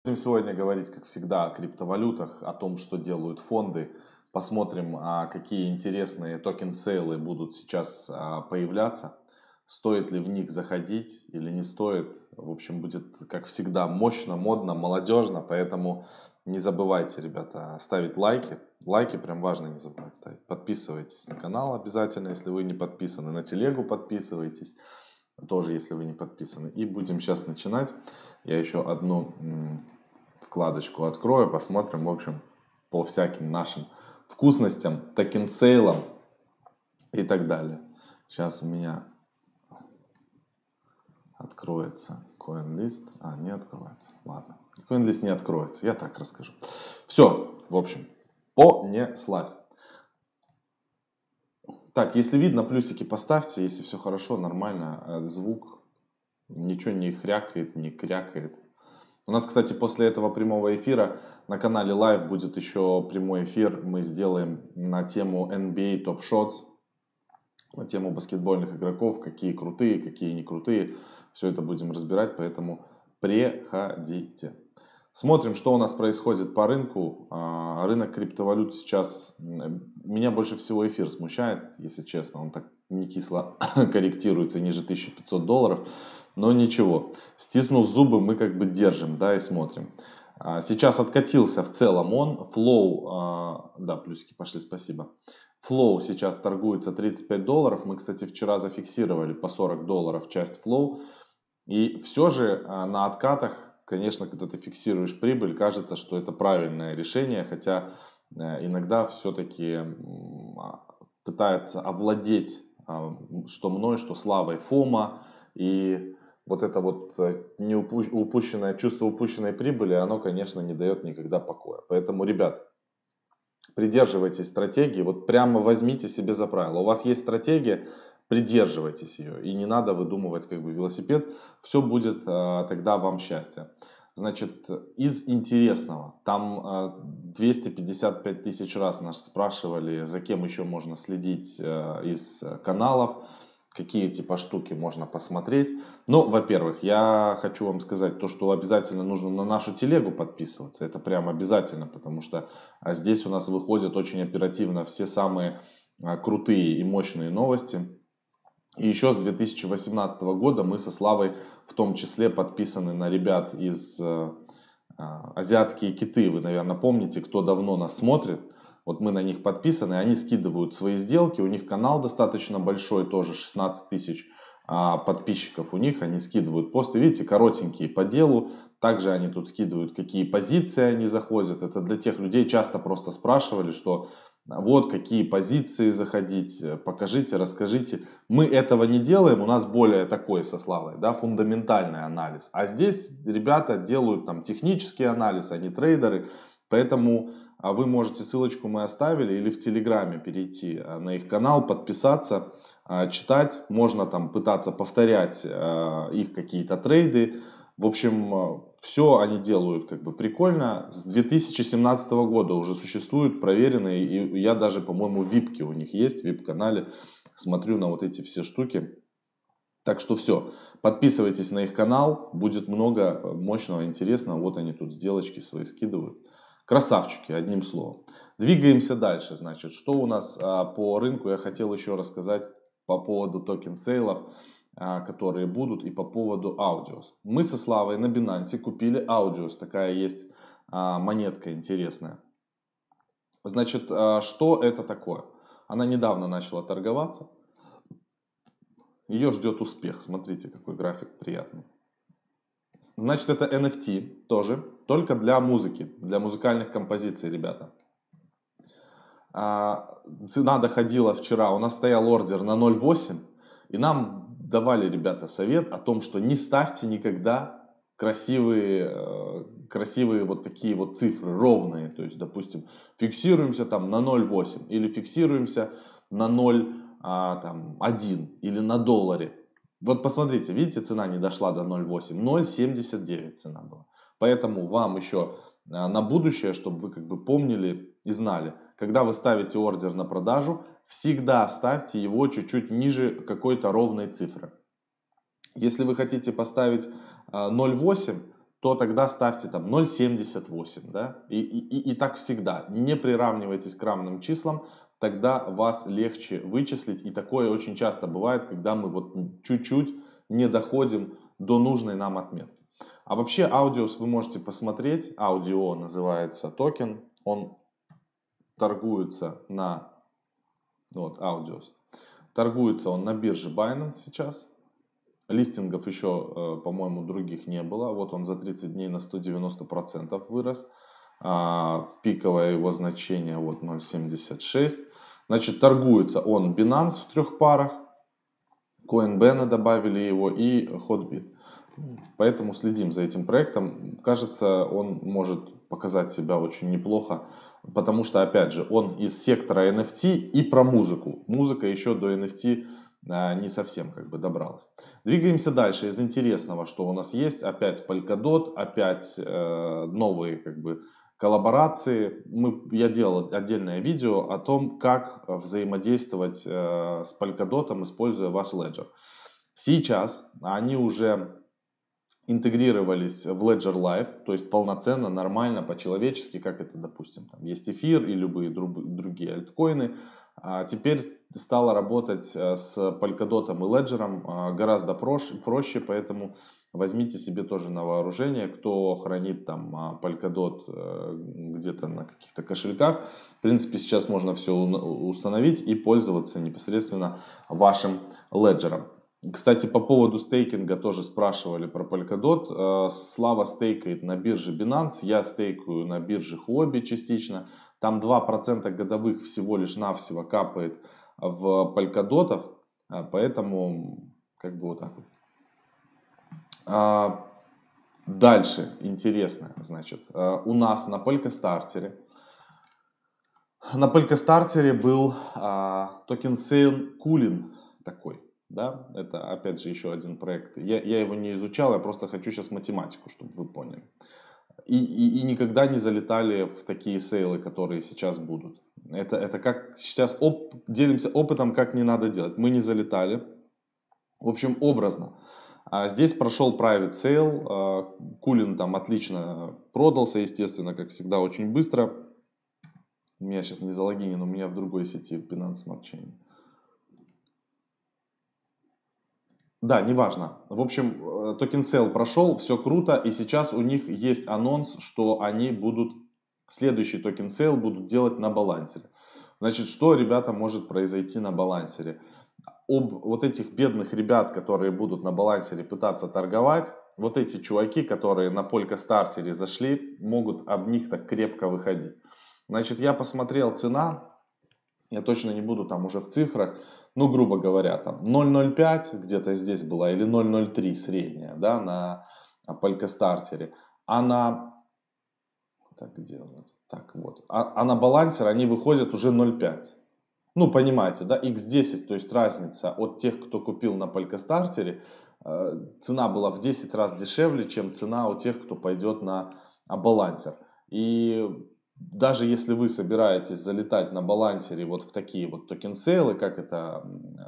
Будем сегодня говорить, как всегда, о криптовалютах, о том, что делают фонды. Посмотрим, какие интересные токен-сейлы будут сейчас появляться. Стоит ли в них заходить или не стоит. В общем, будет, как всегда, мощно, модно, молодежно. Поэтому не забывайте, ребята, ставить лайки. Лайки прям важно не забывать ставить. Подписывайтесь на канал обязательно, если вы не подписаны. На телегу подписывайтесь, тоже, если вы не подписаны. И будем сейчас начинать. Я еще одну вкладочку открою, посмотрим, в общем, по всяким нашим вкусностям, токен-сейлам и так далее. Сейчас у меня откроется CoinList. Не открывается. Ладно. CoinList не откроется. Я так расскажу. Все, в общем, понеслась. Так, если видно, плюсики поставьте, если все хорошо, нормально, звук, ничего не хрякает, не крякает. У нас, кстати, после этого прямого эфира на канале Live будет еще прямой эфир. Мы сделаем на тему NBA Top Shots, на тему баскетбольных игроков, какие крутые, какие не крутые. Все это будем разбирать, поэтому приходите. Смотрим, что у нас происходит по рынку. Рынок криптовалют сейчас, меня больше всего эфир смущает, если честно. Он так не кисло корректируется ниже $1500. Но ничего, стиснув зубы, мы как бы держим, да, и смотрим. Сейчас откатился в целом он. Flow, да, плюсики пошли, спасибо. Flow сейчас торгуется $35. Мы, кстати, вчера зафиксировали по $40 часть Flow. И все же на откатах, конечно, когда ты фиксируешь прибыль, кажется, что это правильное решение, хотя иногда все-таки пытается овладеть что мной, что славой ФОМа, и вот это вот упущенное чувство упущенной прибыли, оно, конечно, не дает никогда покоя. Поэтому, ребят, придерживайтесь стратегии, вот прямо возьмите себе за правило. У вас есть стратегия, придерживайтесь ее. И не надо выдумывать как бы велосипед. Все будет тогда вам счастье. Значит, из интересного. Там 255 тысяч раз нас спрашивали, за кем еще можно следить из каналов. Какие типа штуки можно посмотреть. Ну, во-первых, я хочу вам сказать то, что обязательно нужно на нашу телегу подписываться. Это прям обязательно, потому что здесь у нас выходят очень оперативно все самые крутые и мощные новости. И еще с 2018 года мы со Славой в том числе подписаны на ребят из «Азиатские киты». Вы, наверное, помните, кто давно нас смотрит. Вот мы на них подписаны, они скидывают свои сделки. У них канал достаточно большой, тоже 16 тысяч подписчиков у них. Они скидывают посты, видите, коротенькие по делу. Также они тут скидывают, какие позиции они заходят. Это для тех людей, часто просто спрашивали, что вот какие позиции заходить, покажите, расскажите. Мы этого не делаем, у нас более такой со Славой, да, фундаментальный анализ. А здесь ребята делают там технический анализ, они трейдеры. Поэтому вы можете, ссылочку мы оставили, или в Телеграме перейти на их канал, подписаться, читать. Можно там пытаться повторять их какие-то трейды. В общем, все они делают как бы прикольно. С 2017 года уже существуют проверенные. И я даже, по-моему, випки у них есть, в вип-канале. Смотрю на вот эти все штуки. Так что все, подписывайтесь на их канал, будет много мощного, интересного. Вот они тут сделочки свои скидывают. Красавчики, одним словом. Двигаемся дальше. Значит, что у нас по рынку, я хотел еще рассказать по поводу токен-сейлов, которые будут, и по поводу Audios. Мы со Славой на Binance купили Audios, такая есть монетка интересная. Значит, что это такое? Она недавно начала торговаться. Ее ждет успех. Смотрите, какой график приятный. Значит, это NFT тоже, только для музыки, для музыкальных композиций, ребята. Цена доходила вчера, у нас стоял ордер на 0.8, и нам давали, ребята, совет о том, что не ставьте никогда красивые вот такие вот цифры, ровные. То есть, допустим, фиксируемся там на 0.8 или фиксируемся на 0.1 или на долларе. Вот посмотрите, видите, цена не дошла до 0.8, 0.79 цена была. Поэтому вам еще на будущее, чтобы вы как бы помнили и знали, когда вы ставите ордер на продажу, всегда ставьте его чуть-чуть ниже какой-то ровной цифры. Если вы хотите поставить 0.8, то тогда ставьте там 0,78, да, и так всегда. Не приравнивайтесь к равным числам, тогда вас легче вычислить. И такое очень часто бывает, когда мы вот чуть-чуть не доходим до нужной нам отметки. А вообще Audio's вы можете посмотреть, Audio называется токен, он торгуется на, вот Audio's, торгуется он на бирже Binance сейчас. Листингов еще, по-моему, других не было. Вот он за 30 дней на 190% вырос. Пиковое его значение вот 0,76. Значит, торгуется он Binance в 3 парах. Coinbase добавили его и Hotbit. Поэтому следим за этим проектом. Кажется, он может показать себя очень неплохо. Потому что, опять же, он из сектора NFT и про музыку. Музыка еще до NFT не совсем как бы добралась. Двигаемся дальше. Из интересного, что у нас есть, опять Polkadot, опять новые как бы коллаборации. Я делал отдельное видео о том, как взаимодействовать с Polkadot, используя ваш Ledger. Сейчас они уже интегрировались в Ledger Live, то есть полноценно, нормально, по-человечески, как это, допустим, там есть эфир и любые другие альткоины. Теперь стало работать с Polkadot и Ledger гораздо проще, поэтому возьмите себе тоже на вооружение, кто хранит там Polkadot где-то на каких-то кошельках. В принципе, сейчас можно все установить и пользоваться непосредственно вашим Ledger. Кстати, по поводу стейкинга тоже спрашивали про Polkadot. Слава стейкает на бирже Binance, я стейкаю на бирже Huobi частично. Там 2% годовых всего лишь навсего капает в Polkadot, поэтому как бы вот так вот. Дальше интересно, значит, у нас на Polkastarter был токен Sale Cooling такой. Да, это опять же еще один проект. Я его не изучал, я просто хочу сейчас математику, чтобы вы поняли. И никогда не залетали в такие сейлы, которые сейчас будут. Это как сейчас делимся опытом, как не надо делать. Мы не залетали. В общем, образно. Здесь прошел private sale. Кулин там отлично продался, естественно, как всегда, очень быстро. У меня сейчас не залогинен, у меня в другой сети Binance Smart Chain. Да, неважно. В общем, токен сейл прошел, все круто, и сейчас у них есть анонс, что они будут, следующий токен сейл будут делать на балансере. Значит, что, ребята, может произойти на балансере? Вот этих бедных ребят, которые будут на балансере пытаться торговать, вот эти чуваки, которые на Polkastarter зашли, могут об них так крепко выходить. Значит, я посмотрел цена, я точно не буду там уже в цифрах, ну, грубо говоря, там 0,05 где-то здесь была или 0,03 средняя, да, на Polkastarter. А на, так, где он? Так, вот. А на балансер они выходят уже 0,5. Ну, понимаете, да, x10, то есть разница от тех, кто купил на Polkastarter, цена была в 10 раз дешевле, чем цена у тех, кто пойдет на балансер. И даже если вы собираетесь залетать на балансере вот в такие вот токен-сейлы, как это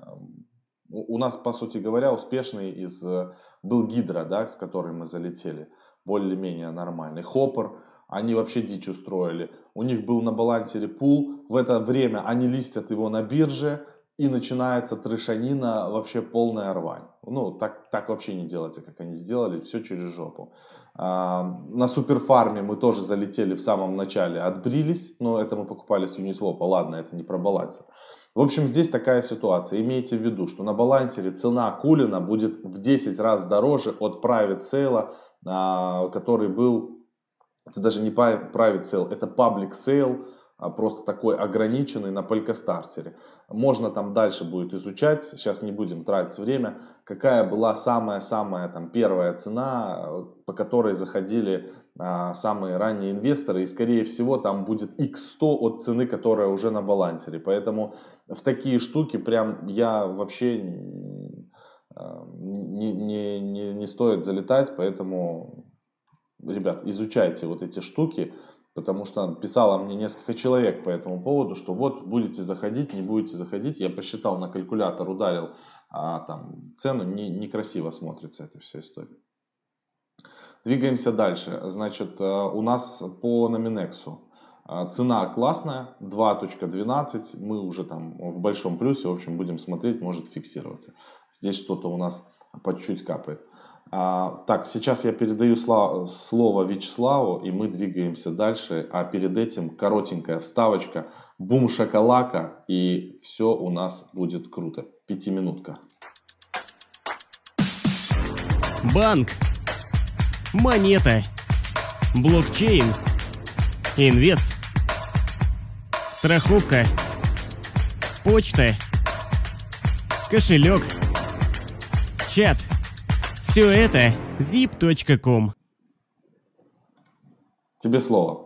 у нас, по сути говоря, успешный был Гидра, да, в который мы залетели, более-менее нормальный. Хоппер, они вообще дичь устроили. У них был на балансере пул, в это время они листят его на бирже, и начинается трешанина, вообще полная рвань. Ну, так вообще не делайте, как они сделали, все через жопу. На суперфарме мы тоже залетели в самом начале, отбрились, но это мы покупали с Uniswap, ладно, это не про балансер. В общем, здесь такая ситуация. Имейте в виду, что на балансере цена Кулина будет в 10 раз дороже от private sale, который был, это даже не private sale, это public sale, просто такой ограниченный на Polkastarter. Можно там дальше будет изучать, сейчас не будем тратить время, какая была самая-самая там первая цена, по которой заходили самые ранние инвесторы, и скорее всего там будет x100 от цены, которая уже на балансере. Поэтому в такие штуки прям я вообще не стоит залетать, поэтому, ребят, изучайте вот эти штуки. Потому что писало мне несколько человек по этому поводу, что вот будете заходить, не будете заходить. Я посчитал на калькулятор, ударил там цену, некрасиво смотрится эта вся история. Двигаемся дальше. Значит, у нас по Nominex цена классная, 2.12, мы уже там в большом плюсе, в общем, будем смотреть, может фиксироваться. Здесь что-то у нас по чуть-чуть капает. Так, сейчас я передаю слово Вячеславу, и мы двигаемся дальше. А перед этим коротенькая вставочка. Бум шакалака, и все у нас будет круто. 5-минутка. Банк, монета, блокчейн, инвест, страховка, почта, кошелек, чат. Все это zip.com. Тебе слово.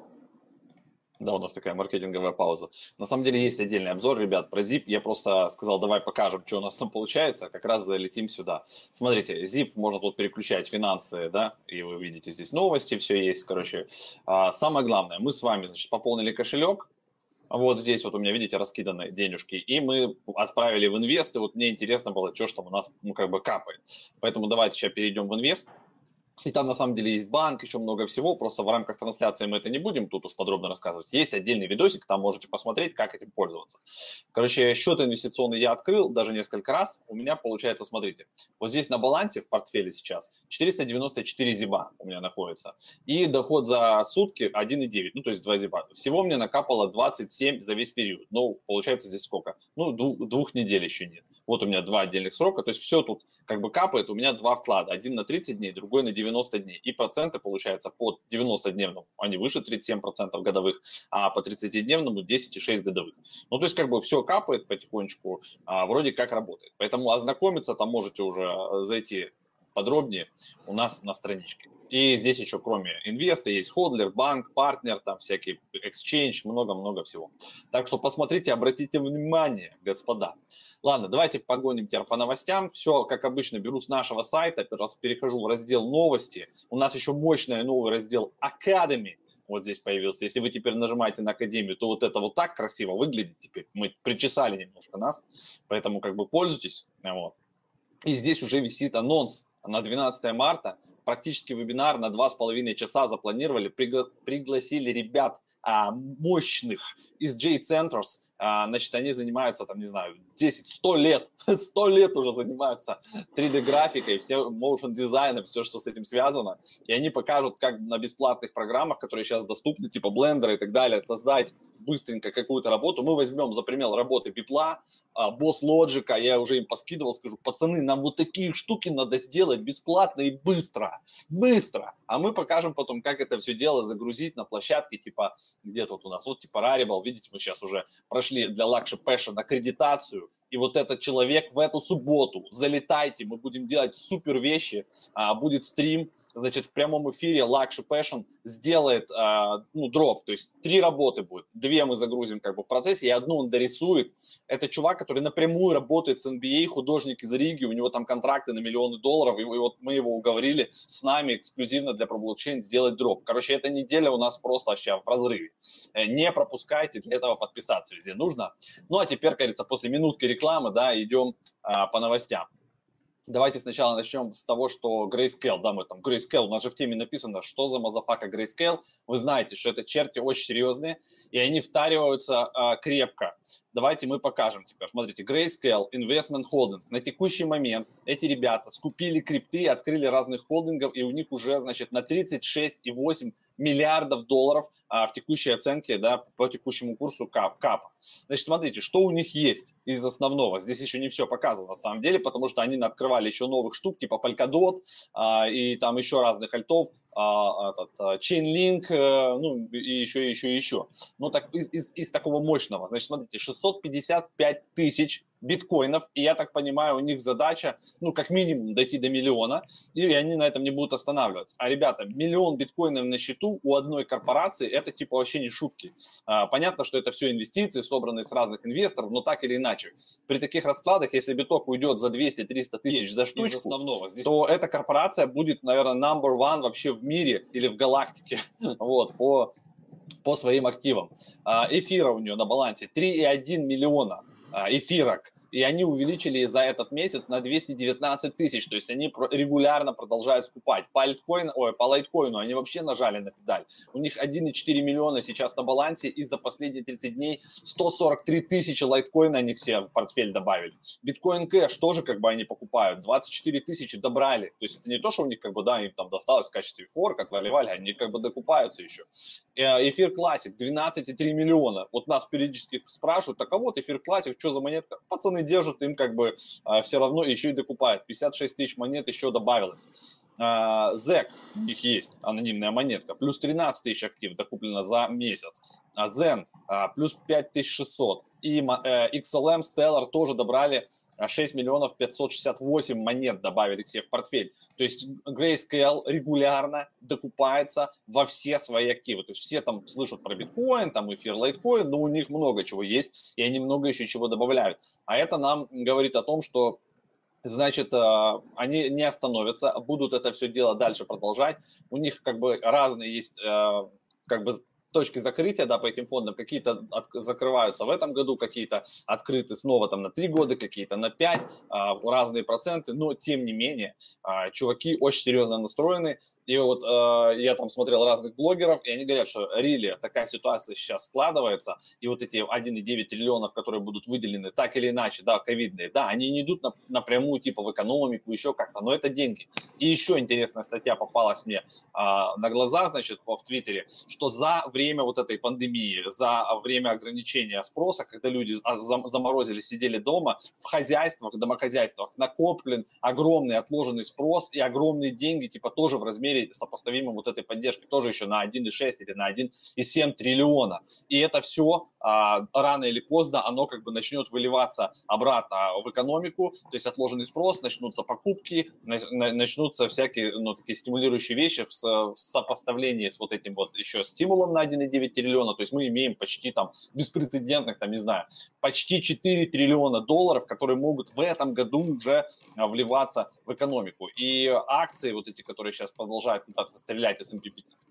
Да, у нас такая маркетинговая пауза. На самом деле есть отдельный обзор, ребят, про Zip. Я просто сказал, давай покажем, что у нас там получается. Как раз залетим сюда. Смотрите, Zip, можно тут переключать финансы, да, и вы видите здесь новости, все есть, короче. Самое главное, мы с вами, значит, пополнили кошелек. Вот здесь вот у меня, видите, раскиданы денежки. И мы отправили в инвест. И вот мне интересно было, что ж там у нас, ну, как бы капает. Поэтому давайте сейчас перейдем в инвест. И там на самом деле есть банк, еще много всего, просто в рамках трансляции мы это не будем тут уж подробно рассказывать. Есть отдельный видосик, там можете посмотреть, как этим пользоваться. Короче, счет инвестиционный я открыл даже несколько раз. У меня получается, смотрите, вот здесь на балансе в портфеле сейчас 494 зиба у меня находится. И доход за сутки 1,9, ну то есть 2 зиба. Всего мне накапало 27 за весь период. Ну, получается здесь сколько? Ну, 2 недель еще нет. Вот у меня 2 отдельных срока, то есть все тут как бы капает, у меня 2 вклада. Один на 30 дней, другой на 90 дней. И проценты, получается, по 90-дневному, они выше 37% годовых, а по 30-дневному 10,6 годовых. Ну, то есть как бы все капает потихонечку, вроде как работает. Поэтому ознакомиться там можете уже зайти подробнее у нас на страничке. И здесь еще кроме инвеста есть ходлер, банк, партнер, там всякие exchange, много-много всего. Так что посмотрите, обратите внимание, господа. Ладно, давайте погоним теперь по новостям. Все, как обычно, беру с нашего сайта, перехожу в раздел новости. У нас еще мощный новый раздел Academy. Вот здесь появился. Если вы теперь нажимаете на Академию, то вот это вот так красиво выглядит теперь. Мы причесали немножко нас, поэтому как бы пользуйтесь. Вот. И здесь уже висит анонс на 12 марта. Практически вебинар на 2,5 часа запланировали. Пригласили ребят мощных из J-Centers. Значит, они занимаются, там, не знаю, 10-100 лет. 100 лет уже занимаются 3D-графикой, все motion дизайном, все, что с этим связано. И они покажут, как на бесплатных программах, которые сейчас доступны, типа Blender и так далее, создать быстренько какую-то работу. Мы возьмем за пример работы Пипла, Boss Logic, я уже им поскидывал, скажу, пацаны, нам вот такие штуки надо сделать бесплатно и быстро. Быстро. А мы покажем потом, как это все дело загрузить на площадке, типа, где тут у нас, вот типа Rarible, видите, мы сейчас уже прошли для Luxury Passion аккредитацию, и вот этот человек в эту субботу, залетайте, мы будем делать супер вещи, будет стрим, значит, в прямом эфире Luxury Passion сделает, дроп, то есть 3 работы будет, 2 мы загрузим как бы в процессе, и одну он дорисует. Это чувак, который напрямую работает с NBA, художник из Риги, у него там контракты на миллионы долларов, и вот мы его уговорили с нами эксклюзивно для ProBlockchain сделать дроп. Короче, эта неделя у нас просто вообще в разрыве. Не пропускайте, для этого подписаться везде нужно. Ну, а теперь, кажется, после минутки рекламы, да, идем по новостям. Давайте сначала начнем с того, что Grayscale, да, мы там Grayscale, у нас же в теме написано, что за мазафака Grayscale. Вы знаете, что это черти очень серьезные, и они втариваются крепко. Давайте мы покажем теперь. Смотрите, Grayscale Investment Holdings. На текущий момент эти ребята скупили крипты, открыли разных холдингов, и у них уже, значит, на 36,8 миллиардов долларов в текущей оценке, да, по текущему курсу капа. Значит, смотрите, что у них есть из основного. Здесь еще не все показано на самом деле, потому что они открывали еще новых штук, типа Polkadot и там еще разных альтов, Chainlink, ну и еще. Ну так из такого мощного. Значит, смотрите, 655 тысяч биткоинов, и я так понимаю, у них задача, ну, как минимум, дойти до миллиона, и они на этом не будут останавливаться. А, ребята, 1 миллион биткоинов на счету у одной корпорации, это типа вообще не шутки. Понятно, что это все инвестиции, собранные с разных инвесторов, но так или иначе. При таких раскладах, если биток уйдет за 200-300 тысяч за штучку, основного, то эта корпорация будет, наверное, number one вообще в мире или в галактике, вот, по своим активам. Эфира у нее на балансе 3,1 миллиона эфирок. и они увеличили за этот месяц на 219 тысяч, то есть они регулярно продолжают скупать. По лайткоину они вообще нажали на педаль. У них 1,4 миллиона сейчас на балансе, и за последние 30 дней 143 тысячи лайткоина они все в портфель добавили. Биткоин кэш тоже как бы они покупают, 24 тысячи добрали. То есть это не то, что у них как бы, да, им там досталось в качестве форк, отваливали, они как бы докупаются еще. Эфир Classic 12,3 миллиона. Вот нас периодически спрашивают, а вот Эфир Classic, что за монетка? Пацаны держат, им как бы все равно еще и докупают. 56 тысяч монет еще добавилось. ZEC у них есть, анонимная монетка, плюс 13 тысяч актив докуплено за месяц. Zen плюс 5600. И XLM Stellar тоже добрали 6 миллионов 568 монет добавили к себе в портфель. То есть Grayscale регулярно докупается во все свои активы. То есть все там слышат про биткоин, там эфир, лайткоин, но у них много чего есть, и они много еще чего добавляют. А это нам говорит о том, что значит, они не остановятся, будут это все дело дальше продолжать. У них как бы разные есть как бы точки закрытия, да, по этим фондам. Какие-то закрываются в этом году, какие-то открыты снова там на 3 года, какие-то на 5, разные проценты, но тем не менее чуваки очень серьезно настроены. И вот я там смотрел разных блогеров, и они говорят, что really такая ситуация сейчас складывается, и вот эти 1,9 триллионов, которые будут выделены так или иначе, да, ковидные, да, они не идут напрямую типа в экономику, еще как-то, но это деньги. И еще интересная статья попалась мне на глаза, значит, в Твиттере, что за время вот этой пандемии, за время ограничения спроса, когда люди заморозили, сидели дома, в хозяйствах, в домохозяйствах накоплен огромный отложенный спрос и огромные деньги, типа тоже в размере сопоставимым вот этой поддержкой, тоже еще на 1,6 или на 1,7 триллиона. И это все рано или поздно, оно как бы начнет выливаться обратно в экономику, то есть отложенный спрос, начнутся покупки, начнутся всякие, ну, такие стимулирующие вещи в сопоставлении с вот этим вот еще стимулом на 1,9 триллиона, то есть мы имеем почти там беспрецедентных, там, не знаю, почти 4 триллиона долларов, которые могут в этом году уже вливаться в экономику. И акции вот эти, которые сейчас продолжают куда-то стрелять, S&P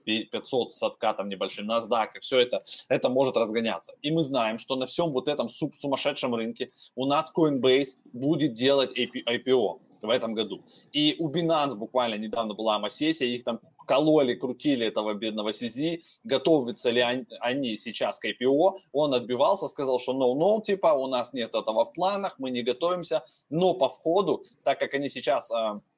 500 с откатом небольшим, NASDAQ, и все это может разгоняться. И мы знаем, что на всем вот этом сумасшедшем рынке у нас Coinbase будет делать IPO в этом году. И у Binance буквально недавно была AMA-сессия, их там кололи, крутили этого бедного CZ, готовятся ли они сейчас к IPO. Он отбивался, сказал, что no, типа у нас нет этого в планах, мы не готовимся, но по входу, так как они сейчас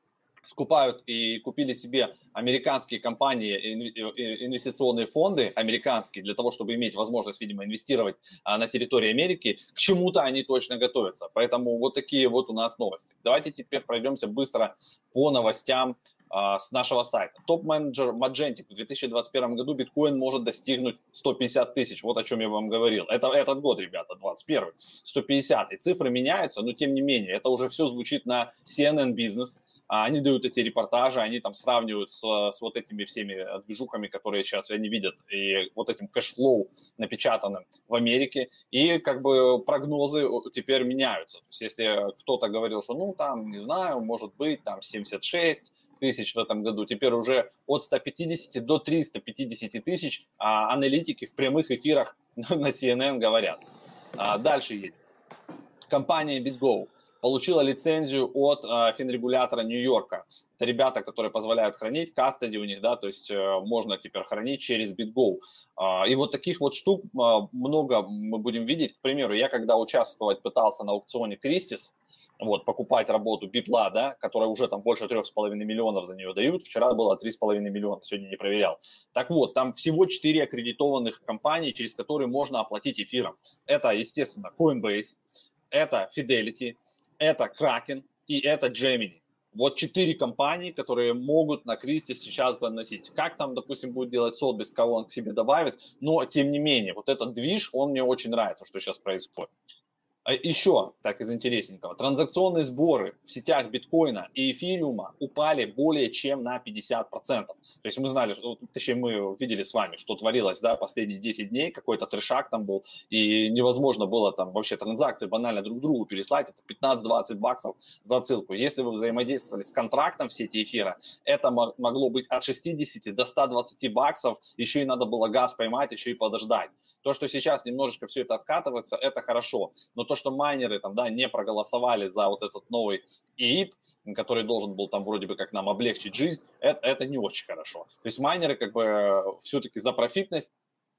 скупают и купили себе американские компании, инвестиционные фонды американские, для того, чтобы иметь возможность, видимо, инвестировать на территории Америки, к чему-то они точно готовятся. Поэтому вот такие вот у нас новости. Давайте теперь пройдемся быстро по новостям с нашего сайта. Топ-менеджер Magentic: в 2021 году биткоин может достигнуть 150 тысяч. Вот о чем я вам говорил. Это этот год, ребята, 21 150. И цифры меняются, но тем не менее, это уже все звучит на CNN Business. Они дают эти репортажи, они там сравнивают с вот этими всеми движухами, которые сейчас они видят, и вот этим кэшфлоу напечатанным в Америке. И как бы прогнозы теперь меняются. То есть если кто-то говорил, что ну там, не знаю, может быть там 76 тысяч в этом году, теперь уже от 150 до 350 тысяч аналитики в прямых эфирах на CNN говорят. Дальше едем. Компания BitGo получила лицензию от финрегулятора Нью-Йорка. Это ребята, которые позволяют хранить, кастади у них, да, то есть можно теперь хранить через BitGo. И вот таких вот штук много мы будем видеть. К примеру, я когда участвовать пытался на аукционе Christie's, вот, покупать работу Битла, да, которая уже там больше 3,5 миллионов за нее дают. Вчера было 3,5 миллиона, сегодня не проверял. Так вот, там всего 4 аккредитованных компании, через которые можно оплатить эфиром. Это, естественно, Coinbase, это Fidelity, это Kraken и это Gemini. Вот 4 компании, которые могут на Кристи сейчас заносить. Как там, допустим, будет делать Sotheby's, кого он к себе добавит, но тем не менее, вот этот движ, он мне очень нравится, что сейчас происходит. Еще, так из интересненького, транзакционные сборы в сетях биткоина и эфириума упали более чем на 50%. То есть мы знали, точнее мы видели с вами, что творилось, да, последние 10 дней, какой-то трешак там был, и невозможно было там вообще транзакции банально друг другу переслать, это 15-20 баксов за отсылку. Если вы взаимодействовали с контрактом в сети эфира, это могло быть от 60 до 120 баксов, еще и надо было газ поймать, еще и подождать. То, что сейчас немножечко все это откатывается, это хорошо, но то, что майнеры там, да, не проголосовали за вот этот новый ИИП, который должен был там вроде бы как нам облегчить жизнь, это не очень хорошо. То есть майнеры как бы все-таки за профитность.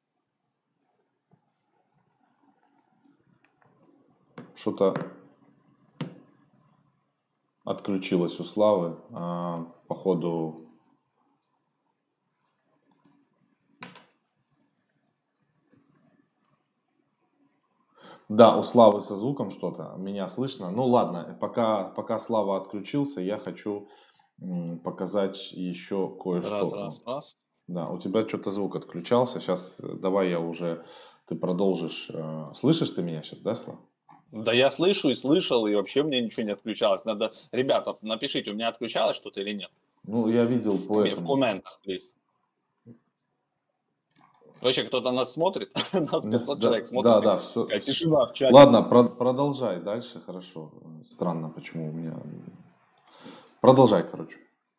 Что-то отключилось у Славы, походу. Да, у Славы со звуком что-то, меня слышно. Ну ладно, пока Слава отключился, я хочу показать еще кое-что. Раз. Да, у тебя что-то звук отключался. Сейчас давай я уже, ты продолжишь. Слышишь ты меня сейчас, да, Слава? Да я слышу и слышал, и вообще мне ничего не отключалось. Надо, ребята, напишите, у меня отключалось что-то или нет. Ну, я видел по В этому. комментах, плиз. Вообще кто-то нас смотрит, нас 500 человек смотрит. Да, все. Такая тишина в чате. Ладно, продолжай дальше, хорошо. Странно, почему у меня... Продолжай, короче.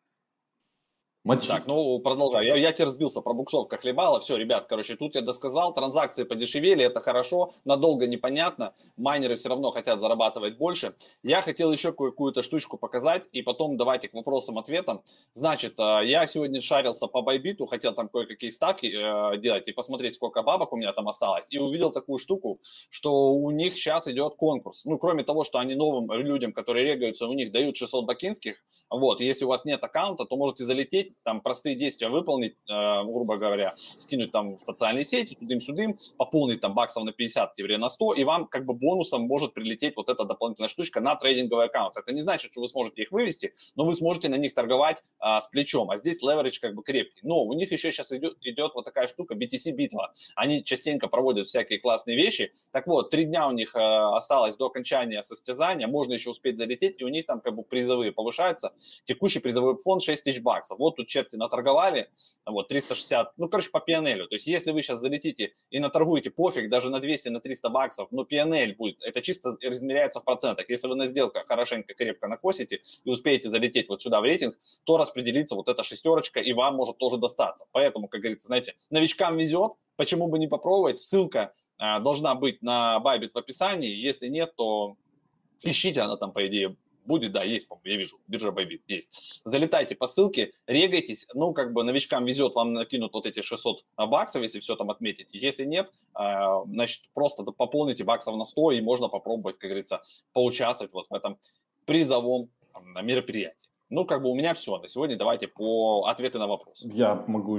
Мочи. Так, ну продолжай. Я тебе разбился, пробуксовка хлебала. Все, ребят, короче, тут я досказал. Транзакции подешевели, это хорошо. Надолго непонятно. Майнеры все равно хотят зарабатывать больше. Я хотел еще какую-то штучку показать. И потом давайте к вопросам-ответам. Значит, я сегодня шарился по Байбиту. Хотел там кое-какие ставки делать. И посмотреть, сколько бабок у меня там осталось. И увидел такую штуку, что у них сейчас идет конкурс. Ну, кроме того, что они новым людям, которые регаются, у них дают 600 бакинских. Вот, если у вас нет аккаунта, то можете залететь, там простые действия выполнить, грубо говоря, скинуть там в социальные сети, тудым-сюдым, пополнить там баксов на 50, на 100, и вам как бы бонусом может прилететь вот эта дополнительная штучка на трейдинговый аккаунт. Это не значит, что вы сможете их вывести, но вы сможете на них торговать с плечом, а здесь леверидж как бы крепкий. Но у них еще сейчас идет вот такая штука, BTC-битва. Они частенько проводят всякие классные вещи. Так вот, 3 дня у них осталось до окончания состязания, можно еще успеть залететь, и у них там как бы призовые повышаются. Текущий призовой фонд 6 тысяч баксов. Вот тут черти наторговали, вот 360, ну, короче, по PNL. То есть, если вы сейчас залетите и наторгуете, пофиг, даже на 200, на 300 баксов, но PNL будет, это чисто измеряется в процентах. Если вы на сделках хорошенько, крепко накосите и успеете залететь вот сюда в рейтинг, то распределится вот эта шестерочка, и вам может тоже достаться. Поэтому, как говорится, знаете, новичкам везет, почему бы не попробовать. Ссылка должна быть на Bybit в описании. Если нет, то ищите, она там, по идее, будет, да, есть, по-моему, я вижу, биржа Bybit есть. Залетайте по ссылке, регайтесь, ну, как бы новичкам везет, вам накинут вот эти 600 баксов, если все там отметите. Если нет, значит, просто пополните баксов на 100, и можно попробовать, как говорится, поучаствовать вот в этом призовом мероприятии. Ну, как бы у меня все на сегодня. Давайте по ответы на вопросы. Я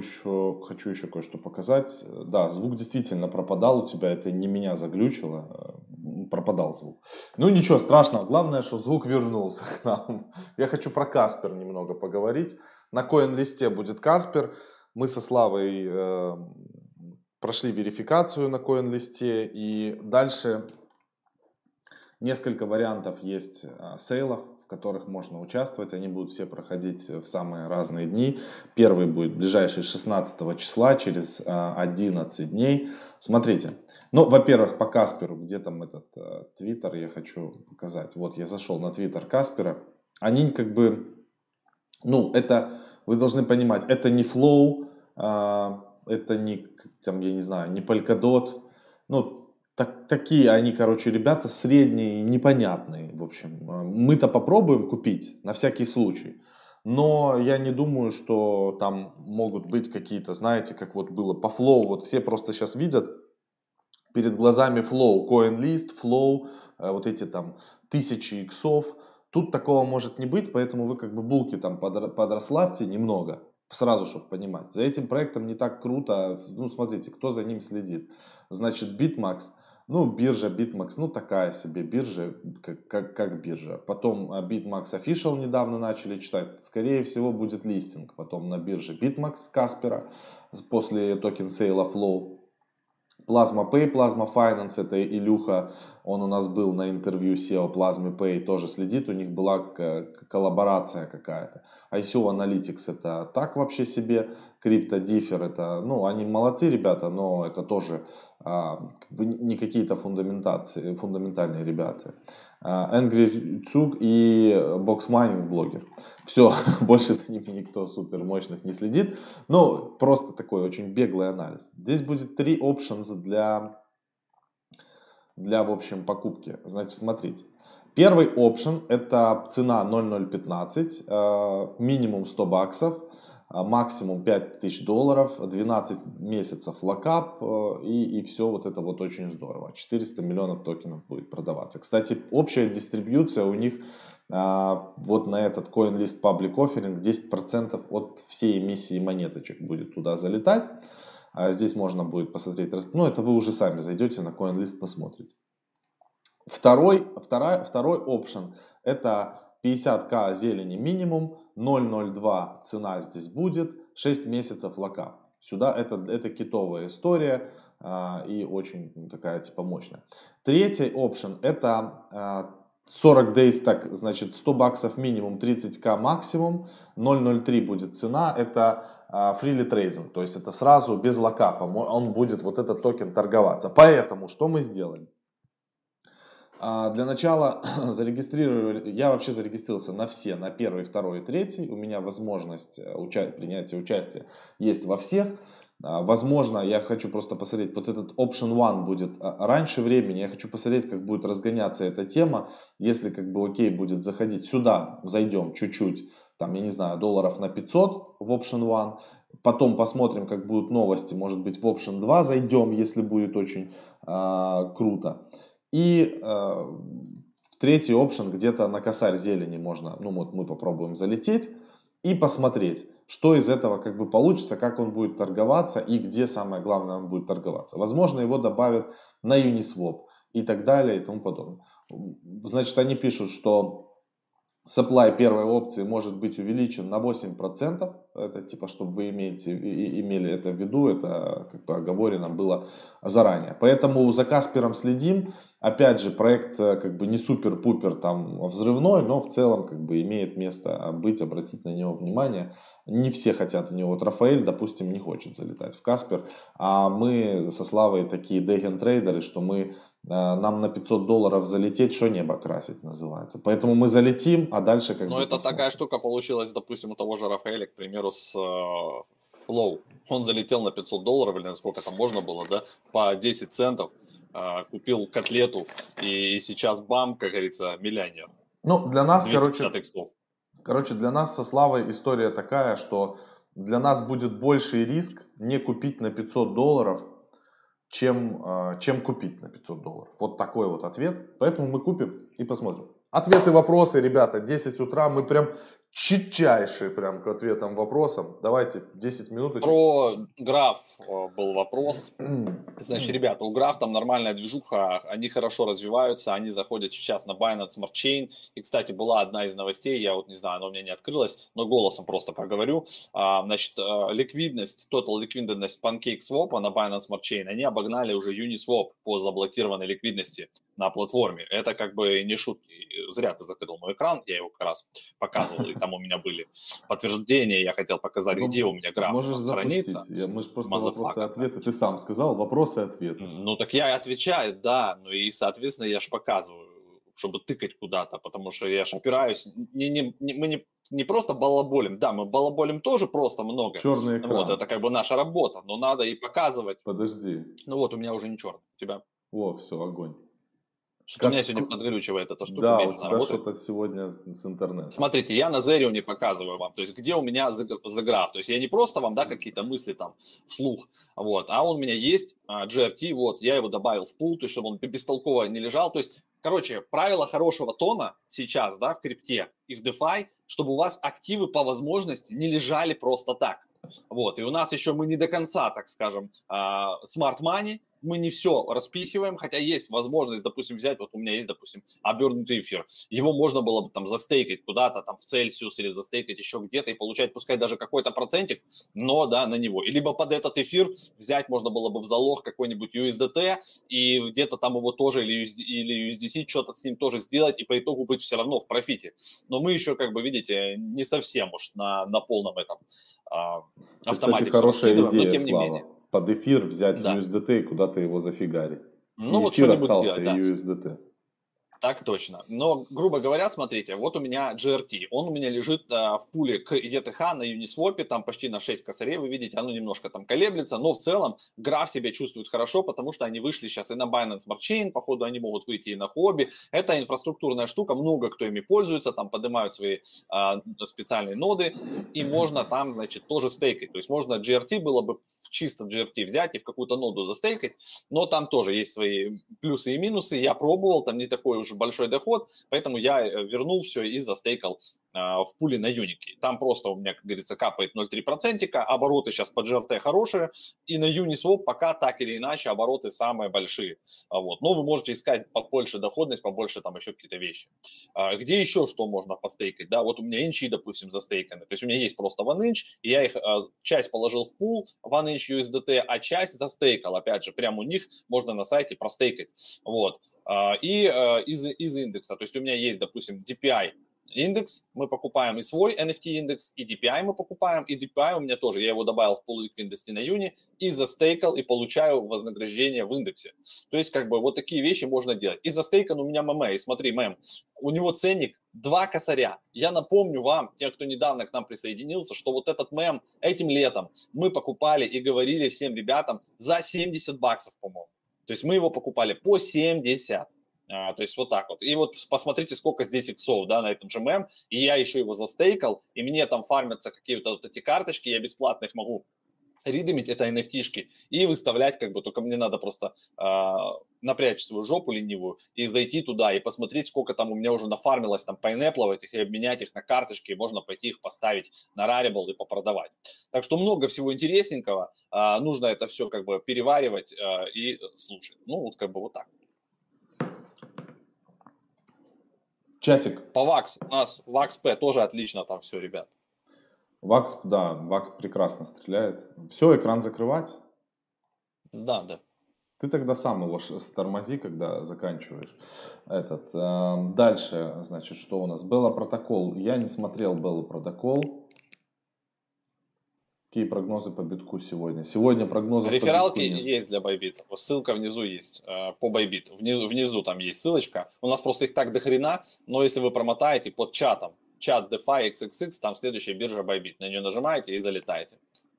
хочу еще кое-что показать. Да, звук действительно пропадал у тебя, это не меня заглючило, пропадал звук. Ну ничего страшного, главное, что звук вернулся к нам. Я хочу про Каспер немного поговорить. На CoinList'е будет Каспер. Мы со Славой прошли верификацию на CoinList'е, и дальше несколько вариантов есть сейлов, в которых можно участвовать. Они будут все проходить в самые разные дни. Первый будет ближайший 16 числа, через 11 дней. Смотрите. Ну, во-первых, по Касперу, где там этот твиттер, я хочу показать. Вот, я зашел на твиттер Каспера. Они как бы, ну, это, вы должны понимать, это не Flow, это не, там, я не знаю, не Polkadot. Ну, такие они, короче, ребята средние, непонятные, в общем. Мы-то попробуем купить, на всякий случай. Но я не думаю, что там могут быть какие-то, знаете, как вот было по Flow. Вот все просто сейчас видят перед глазами Flow, CoinList, Flow, вот эти там 1000 иксов. Тут такого может не быть, поэтому вы как бы булки там подрасслабьте немного. Сразу, чтобы понимать. За этим проектом не так круто. Ну, смотрите, кто за ним следит. Значит, BitMax. Ну, биржа BitMax, ну, такая себе биржа, как биржа. Потом BitMax Official недавно начали читать. Скорее всего, будет листинг потом на бирже BitMax Каспера после токен сейла Flow. Plasma Pay, Plasma Finance, это Илюха, он у нас был на интервью SEO Plasma Pay, тоже следит, у них была коллаборация какая-то. ICO Analytics это так вообще себе, Crypto Differ это, ну, они молодцы ребята, но это тоже как бы не какие-то фундаментальные ребята. Angry Tsug и Box Mining блогер. Все, больше за ними никто супер мощных не следит. Но просто такой очень беглый анализ. Здесь будет 3 options для для, в общем, покупки. Значит, смотрите. Первый опшн — это цена 0.015, минимум 100 баксов, максимум $5000, 12 месяцев локап, и все вот это вот очень здорово. 400 миллионов токенов будет продаваться. Кстати, общая дистрибьюция у них вот на этот CoinList Public Offering 10% от всей эмиссии монеточек будет туда залетать. Здесь можно будет посмотреть, ну это вы уже сами зайдете на CoinList, посмотрите. Второй опшн — это 50к зелени минимум, 0.02 цена здесь будет, 6 месяцев локап. Сюда это китовая история и очень такая типа мощная. Третий опшн — это 40 days, так, значит, 100 баксов минимум, 30к максимум, 0.03 будет цена, это freely trading, то есть это сразу без локапа, он будет вот этот токен торговаться. Поэтому что мы сделаем? Для начала зарегистрировали, я вообще зарегистрировался на все, на первый, второй и третий. У меня возможность принятия участия есть во всех. Возможно, я хочу просто посмотреть, вот этот Option One будет раньше времени. Я хочу посмотреть, как будет разгоняться эта тема. Если как бы окей будет заходить сюда, зайдем чуть-чуть, там, я не знаю, долларов на 500 в Option One. Потом посмотрим, как будут новости. Может быть, в Option 2 зайдем, если будет очень круто. И в третий опшн где-то на косарь зелени можно, ну вот мы попробуем залететь и посмотреть, что из этого как бы получится, как он будет торговаться и где самое главное он будет торговаться. Возможно, его добавят на Uniswap и так далее и тому подобное. Значит, они пишут, что supply первой опции может быть увеличен на 8%. Это типа, чтобы вы имели это в виду, это как бы оговорено было заранее. Поэтому за Каспером следим. Опять же, проект как бы не супер-пупер там взрывной, но в целом как бы имеет место быть, обратить на него внимание. Не все хотят в него. Вот Рафаэль, допустим, не хочет залетать в Каспер, а мы со Славой такие дейген-трейдеры, что нам на $500 залететь, что небо красить называется. Поэтому мы залетим, а дальше как бы это посмотрим. такая штука получилась, допустим, у того же Рафаэля, к примеру, с Flow. Он залетел на $500, или насколько там можно было, да, по 10 центов. Купил котлету, и сейчас бам, как говорится, миллионер. Ну, для нас, 250 иксов. короче, для нас со Славой история такая, что для нас будет больший риск не купить на $500, чем купить на $500. Вот такой вот ответ. Поэтому мы купим и посмотрим. Ответы, вопросы, ребята, 10 утра, мы прям читчайшие прям к ответам, вопросам. Давайте 10 минуточек. Про граф был вопрос. Значит, ребята, у граф там нормальная движуха, они хорошо развиваются, они заходят сейчас на Binance Smart Chain. И, кстати, была одна из новостей, я вот не знаю, она у меня не открылась, но голосом просто проговорю. Значит, ликвидность, total ликвидность PancakeSwap на Binance Smart Chain, они обогнали уже Uniswap по заблокированной ликвидности на платформе. Это как бы не шутки. Зря ты закрыл мой экран, я его как раз показывал, и там у меня были подтверждения, я хотел показать, где у меня граф хранится. Мы же просто вопросы-ответы, ты сам сказал, вопросы-ответы. Ну так я и отвечаю, да, ну и соответственно я ж показываю, чтобы тыкать куда-то, потому что я ж опираюсь, мы не просто балаболим, да, мы балаболим тоже просто много. Черный экран. Вот, это как бы наша работа, но надо и показывать. Подожди. Ну вот, у меня уже не черный, у тебя? О, все, огонь. Что у меня сегодня подглючивает эта штука. Да, у тебя что-то сегодня с интернетом. Смотрите, я на Зерионе показываю вам, то есть где у меня за граф. То есть я не просто вам, да, какие-то мысли там вслух, вот, а он у меня есть, GRT, вот, я его добавил в пул, то есть чтобы он бестолково не лежал. То есть, короче, правило хорошего тона сейчас, да, в крипте и в DeFi, чтобы у вас активы по возможности не лежали просто так. Вот, и у нас еще мы не до конца, так скажем, smart money, мы не все распихиваем, хотя есть возможность, допустим, взять, вот у меня есть, допустим, обернутый эфир, его можно было бы там застейкать куда-то там в Celsius или застейкать еще где-то и получать, пускай даже какой-то процентик, но, да, на него. И либо под этот эфир взять можно было бы в залог какой-нибудь USDT и где-то там его тоже или USDC, что-то с ним тоже сделать и по итогу быть все равно в профите. Но мы еще, как бы, видите, не совсем уж на полном этом автомате. Кстати, хорошая идея, Слава. Под эфир взять USDT и куда-то его зафигарить. Ну, и вот эфир что-нибудь остался, сделать, и да. USDT. Так точно. Но, грубо говоря, смотрите, вот у меня GRT, он у меня лежит в пуле к ETH на Uniswap, там почти на 6 косарей, вы видите, оно немножко там колеблется, но в целом граф себя чувствует хорошо, потому что они вышли сейчас и на Binance Smart Chain, походу они могут выйти и на Huobi. Это инфраструктурная штука, много кто ими пользуется, там поднимают свои специальные ноды, и можно там, значит, тоже стейкать. То есть можно GRT было бы чисто GRT взять и в какую-то ноду застейкать, но там тоже есть свои плюсы и минусы. Я пробовал, там не такой уж большой доход, поэтому я вернул все и застейкал в пуле на Unity. Там просто у меня, как говорится, капает 0,3%, обороты сейчас по GRT хорошие, и на Uniswap пока так или иначе обороты самые большие. Вот. Но вы можете искать побольше доходность, побольше там еще какие-то вещи. Где еще что можно постейкать? Да, вот у меня инчи, допустим, застейканы. То есть у меня есть просто OneInch, и я их часть положил в пул OneInch USDT, а часть застейкал. Опять же, прямо у них можно на сайте простейкать. Вот. И из индекса. То есть у меня есть, допустим, DPI индекс, мы покупаем и свой NFT индекс, и DPI мы покупаем, и DPI у меня тоже, я его добавил в пул ликвидности на Юни, и застейкал, и получаю вознаграждение в индексе. То есть, как бы, вот такие вещи можно делать. И застейкан у меня ММ, и смотри, мэм, у него ценник 2 косаря. Я напомню вам, те, кто недавно к нам присоединился, что вот этот мем этим летом мы покупали и говорили всем ребятам за $70, по-моему. То есть мы его покупали по 70. То есть вот так вот. И вот посмотрите, сколько здесь иксов, да, на этом же мем. И я еще его застейкал, и мне там фармятся какие-то вот эти карточки, я бесплатно их могу ридемить, это NFT-шки, и выставлять, как бы, только мне надо просто напрячь свою жопу ленивую и зайти туда и посмотреть, сколько там у меня уже нафармилось там пайнеплов этих, и обменять их на карточки, и можно пойти их поставить на Rarible и попродавать. Так что много всего интересненького, нужно это все как бы переваривать и слушать. Ну, вот как бы вот так. Чатик. По VAX, у нас VAX-P тоже отлично там все, ребят. VAX, да, VAX прекрасно стреляет. Все, экран закрывать? Да. Ты тогда сам его тормози, когда заканчиваешь. Дальше, значит, что у нас? Белла протокол. Я не смотрел Белла протокол. Какие прогнозы по битку сегодня? Сегодня прогнозы по битку Рефералки нет. есть для Bybit. Ссылка внизу есть по Bybit. Внизу там есть ссылочка. У нас просто их так дохрена, но если вы промотаете под чатом, чат DeFi XXX, там следующая биржа Bybit. На нее нажимаете и залетаете.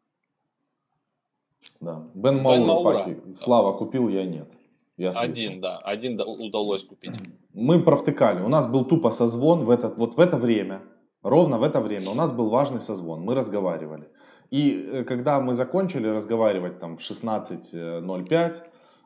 Да. Бен Маура, паки. Слава купил, я нет. Я один удалось купить. Мы провтыкали. У нас был тупо созвон в это время. Ровно в это время у нас был важный созвон. Мы разговаривали. И когда мы закончили разговаривать там в 16:05,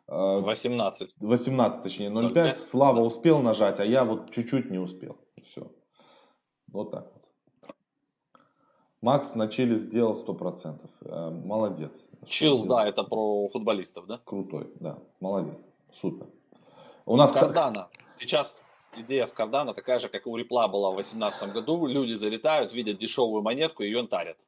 18, точнее 05, Слава успел нажать, а я вот чуть-чуть не успел. Все. Вот так вот. Макс на чили сделал 100%. Молодец. Чилс, да, это про футболистов, да? Крутой, да. Молодец. Супер. У нас Cardano. Сейчас идея с Cardano такая же, как и у Ripple была в 2018 году. Люди залетают, видят дешевую монетку и ее тарят.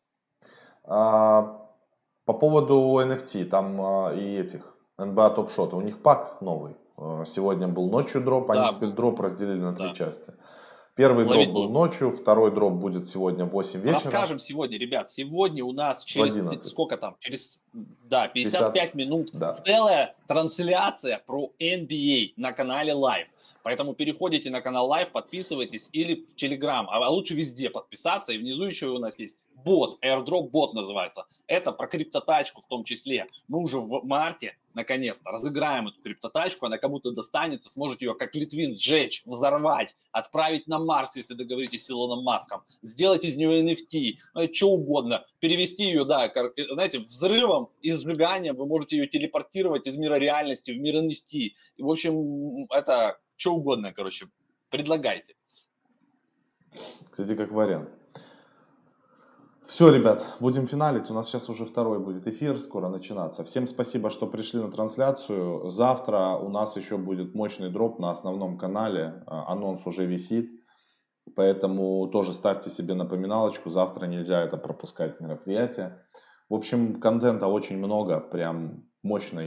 По поводу NFT, там и этих NBA Top Shot, у них пак новый. Сегодня был ночью дроп, они теперь дроп разделили на 3 части. Первый дроп был ночью, второй дроп будет сегодня в 8 вечера. Расскажем сегодня, ребят. Сегодня у нас через сколько там? Через 55 минут целая трансляция про NBA на канале Live. Поэтому переходите на канал Live, подписывайтесь или в Telegram, а лучше везде подписаться. И внизу еще у нас есть бот, airdrop бот называется. Это про криптотачку в том числе. Мы уже в марте наконец-то разыграем эту криптотачку, она кому-то достанется, сможете ее как Литвин сжечь, взорвать, отправить на Марс, если договоритесь с Илоном Маском, сделать из нее NFT, что угодно, перевести ее, да, знаете, взрывом и сжиганием вы можете ее телепортировать из мира реальности в мир NFT. И, в общем, это что угодно, короче, предлагайте. Кстати, как вариант. Все, ребят, будем финалить. У нас сейчас уже второй будет эфир, скоро начинаться. Всем спасибо, что пришли на трансляцию. Завтра у нас еще будет мощный дроп на основном канале. Анонс уже висит. Поэтому тоже ставьте себе напоминалочку. Завтра нельзя это пропускать мероприятие. В общем, контента очень много, прям мощно.